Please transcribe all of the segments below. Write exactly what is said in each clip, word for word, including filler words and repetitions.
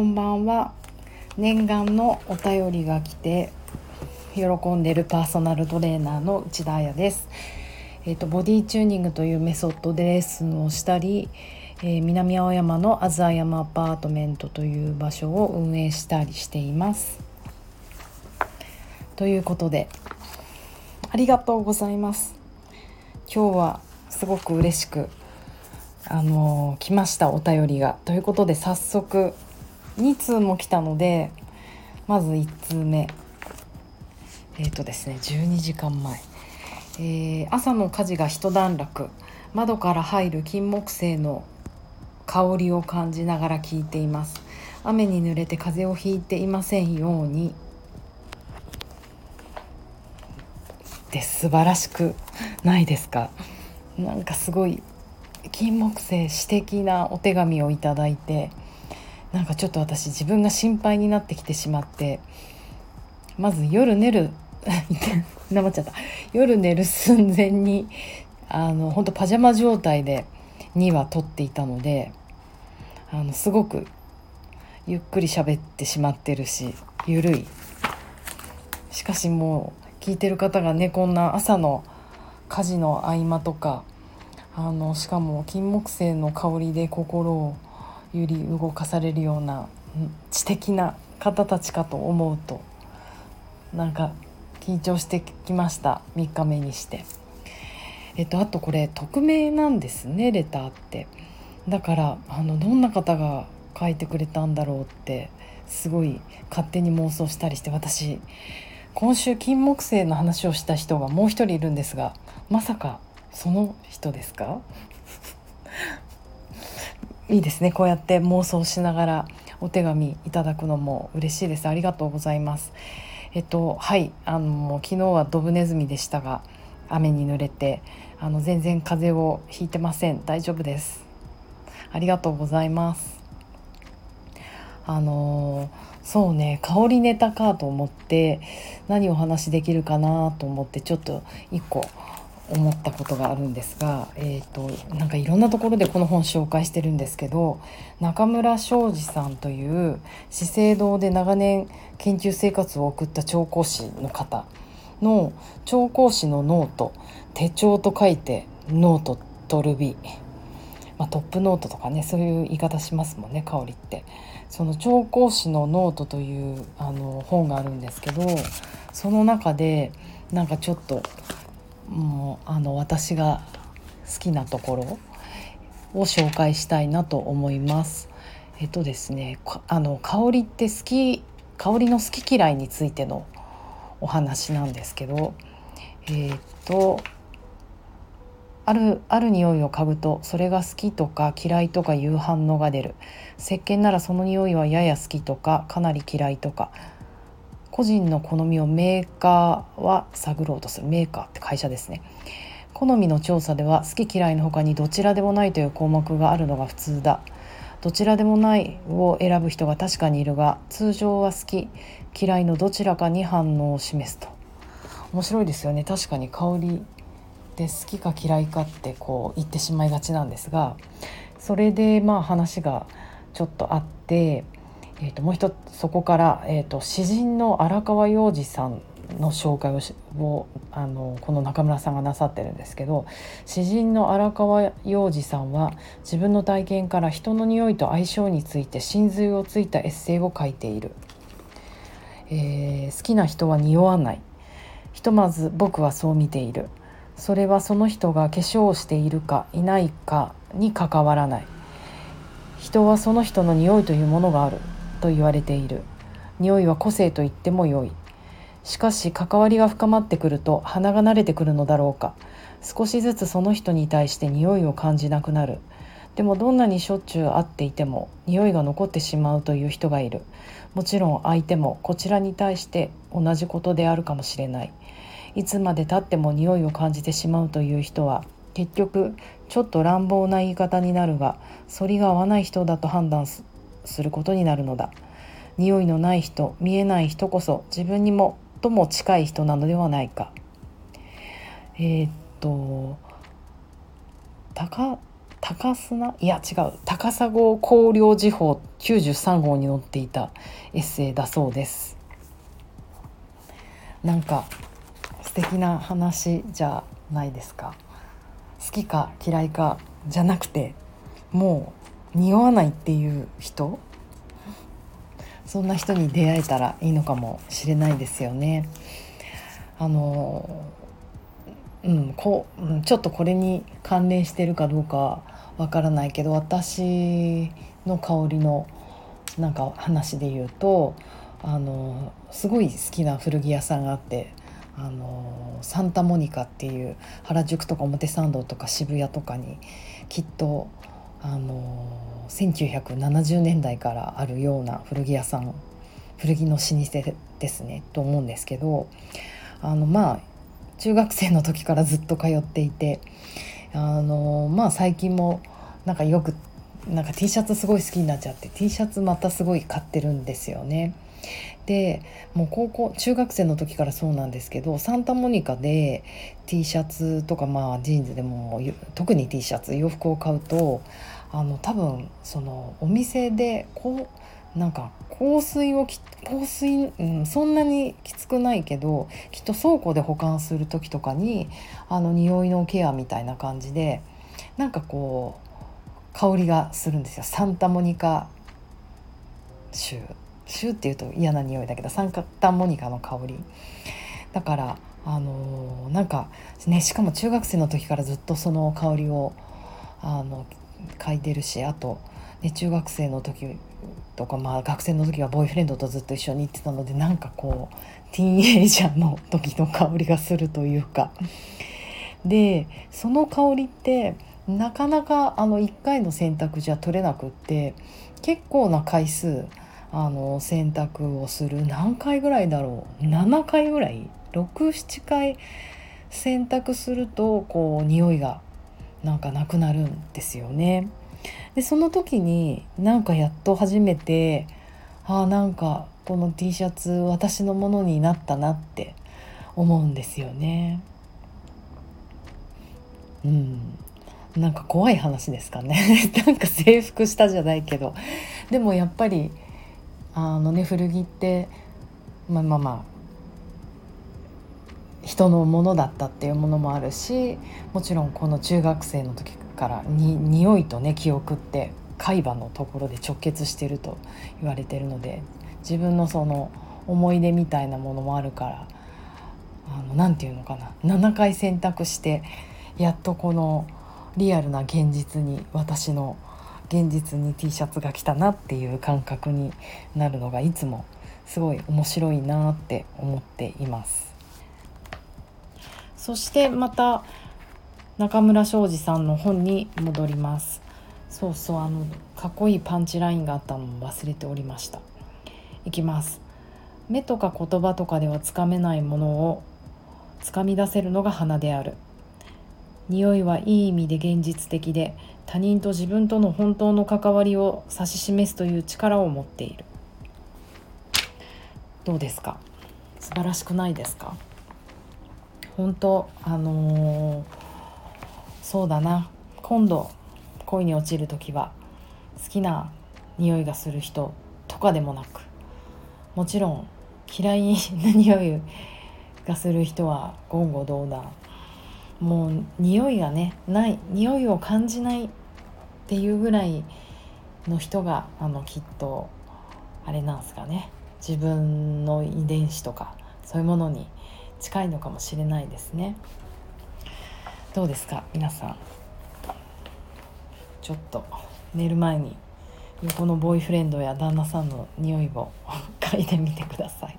んばんは。念願のお便りが来て喜んでいるパーソナルトレーナーの内田彩です。えーと、ボディチューニングというメソッドでレッスンをしたり、えー、南青山のあずあ山アパートメントという場所を運営したりしています。ということでありがとうございます。今日はすごく嬉しくあの来ましたお便りが。ということで早速に通も来たので、まずいち通目えっ、ー、とですねじゅうにじかんまえ、えー、朝の家事が一段落、窓から入る金木犀の香りを感じながら聞いています。雨に濡れて風邪をひいていませんようにって素晴らしくないですか？なんかすごい金木犀詩的なお手紙をいただいて、なんかちょっと私自分が心配になってきてしまって、まず夜寝るなまっちゃった夜寝る寸前にあの本当パジャマ状態でには撮っていたので、あのすごくゆっくり喋ってしまってるし、ゆるい。しかしもう聞いてる方がね、こんな朝の家事の合間とか、あのしかも金木犀の香りで心を揺り動かされるような知的な方たちかと思うと、なんか緊張してきました。みっかめにして。えっとあとこれ匿名なんですね、レターって。だからあのどんな方が書いてくれたんだろうってすごい勝手に妄想したりして、私今週金木犀の話をした人がもう一人いるんですが、まさかその人ですか？いいですね、こうやって妄想しながらお手紙いただくのも嬉しいです。ありがとうございます。えっとはいあの昨日はドブネズミでしたが、雨に濡れてあの全然風邪をひいてません。大丈夫です。ありがとうございます。あのそうね、香りネタかと思って何をお話しできるかなと思ってちょっと一個思ったことがあるんですが、えーと、なんかいろんなところでこの本紹介してるんですけど、中村昌司さんという資生堂で長年研究生活を送った調香師の方の調香師のノート、手帳と書いてノートとルビー、まあ、トップノートとかね、そういう言い方しますもんね、香りって。その調香師のノートというあの本があるんですけど、その中でなんかちょっともうあの私が好きなところを紹介したいなと思います。えっとですねあの香りって好き香りの好き嫌いについてのお話なんですけど、えっとあるある匂いを嗅ぐとそれが好きとか嫌いとかいう反応が出る。石鹸ならその匂いはやや好きとかかなり嫌いとか、個人の好みをメーカーは探ろうとする。メーカーって会社ですね。好みの調査では好き嫌いの他にどちらでもないという項目があるのが普通だ。どちらでもないを選ぶ人が確かにいるが、通常は好き嫌いのどちらかに反応を示すと。面白いですよね。確かに香りで好きか嫌いかってこう言ってしまいがちなんですが、それでまあ話がちょっとあって、えー、ともう一つそこから、えー、と詩人の荒川洋二さんの紹介をしをあのこの中村さんがなさってるんですけど、詩人の荒川洋二さんは自分の体験から人の匂いと相性について真髄をついたエッセイを書いている。えー好きな人は匂わない。ひとまず僕はそう見ている。それはその人が化粧をしているかいないかに関わらない。人はその人の匂いというものがあると言われている。匂いは個性と言ってもよい。しかし関わりが深まってくると鼻が慣れてくるのだろうか。少しずつその人に対して匂いを感じなくなる。でもどんなにしょっちゅう会っていても匂いが残ってしまうという人がいる。もちろん相手もこちらに対して同じことであるかもしれない。いつまで経っても匂いを感じてしまうという人は結局ちょっと乱暴な言い方になるが、反りが合わない人だと判断することになるのだ。匂いのない人、見えない人こそ自分にもとも近い人なのではないか。えー、っと高高砂いや違う高砂広陵時報きゅうじゅうさん号に載っていたエッセイだそうです。なんか素敵な話じゃないですか。好きか嫌いかじゃなくて、もう匂わないっていう人、そんな人に出会えたらいいのかもしれないですよね。あのうんこううんちょっとこれに関連してるかどうかわからないけど、私の香りのなんか話で言うと、あのすごい好きな古着屋さんがあって、あのサンタモニカっていう原宿とか表参道とか渋谷とかにきっとあのせんきゅうひゃくななじゅうねんだいからあるような古着屋さん、古着の老舗ですねと思うんですけど、あのまあ中学生の時からずっと通っていて、あのまあ最近もなんかよくなんか T シャツすごい好きになっちゃって T シャツまたすごい買ってるんですよね。でもう高校中学生の時からそうなんですけど、サンタモニカで T シャツとか、まあジーンズでも特に T シャツ洋服を買うと、あの多分そのお店でこうなんか香水をき香水、うん、そんなにきつくないけど、きっと倉庫で保管する時とかにあの匂いのケアみたいな感じでなんかこう香りがするんですよ。サンタモニカ臭臭っていうと嫌な匂いだけど、サンタモニカの香りだから、あのー、なんかね、しかも中学生の時からずっとその香りをあの嗅いでるし、あと、ね、中学生の時とか、まあ、学生の時はボーイフレンドとずっと一緒に行ってたので、なんかこうティーンエイジャーの時の香りがするというか、でその香りってなかなかあのいっかいの洗濯じゃ取れなくって、結構な回数あの洗濯をする。何回ぐらいだろう、ななかいぐらい、ろく、ななかい洗濯するとこう匂いがなんかなくなるんですよね。でその時になんかやっと初めて、あーなんかこの T シャツ私のものになったなって思うんですよね。うん、なんか怖い話ですかねなんか征服したじゃないけど、でもやっぱりあのね、古着ってまあまあまあ人のものだったっていうものもあるし、もちろんこの中学生の時からに匂いとね記憶って海馬のところで直結してると言われてるので、自分のその思い出みたいなものもあるから、あのなんていうのかな、ななかい選択してやっとこのリアルな現実に、私の現実に T シャツが来たなっていう感覚になるのがいつもすごい面白いなって思っています。そしてまた中村昌司さんの本に戻ります。そうそう、あのかっこいいパンチラインがあったのも忘れておりました。いきます。目とか言葉とかではつかめないものをつかみ出せるのが花である。匂いはいい意味で現実的で、他人と自分との本当の関わりを指し示すという力を持っている。どうですか？素晴らしくないですか？本当あのー、そうだな、今度恋に落ちるときは好きな匂いがする人とかでもなく、もちろん嫌いな匂いがする人は言語道断。もう匂いがねない匂いを感じないっていうぐらいの人があのきっとあれなんですかね、自分の遺伝子とかそういうものに近いのかもしれないですね。どうですか皆さん、ちょっと寝る前に横のボーイフレンドや旦那さんの匂いを嗅いでみてください。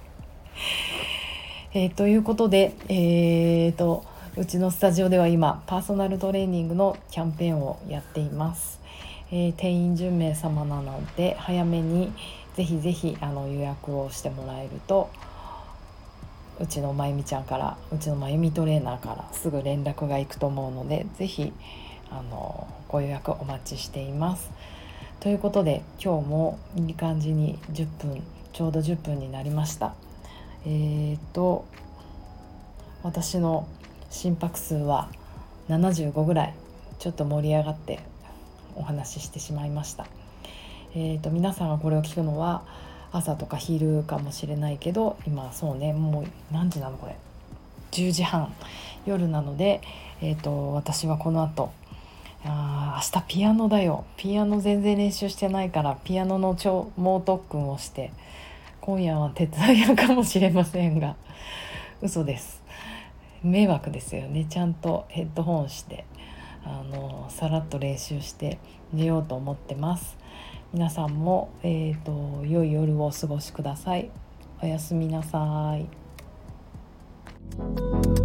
えー、ということで、えー、とうちのスタジオでは今パーソナルトレーニングのキャンペーンをやっています。えー、定員じゅうめい様なので早めにぜひぜひあの予約をしてもらえると、うちのまゆみちゃんからうちのまゆみトレーナーからすぐ連絡がいくと思うので、ぜひあのご予約お待ちしています。ということで今日もいい感じにじゅっぷん、ちょうどじゅっぷんになりました。えーと私の心拍数はななじゅうごぐらいちょっと盛り上がってお話ししてしまいました。えーと、皆さんがこれを聞くのは朝とか昼かもしれないけど、今そうね、もう何時なのこれ、じゅうじはん夜なので、えーと、私はこの後、あ明日ピアノだよ。ピアノ全然練習してないから、ピアノの超猛特訓をして今夜は徹夜かもしれませんが、嘘です。迷惑ですよね。ちゃんとヘッドホンしてあのさらっと練習して寝ようと思ってます。皆さんも、えーと、良い夜をお過ごしください。おやすみなさい。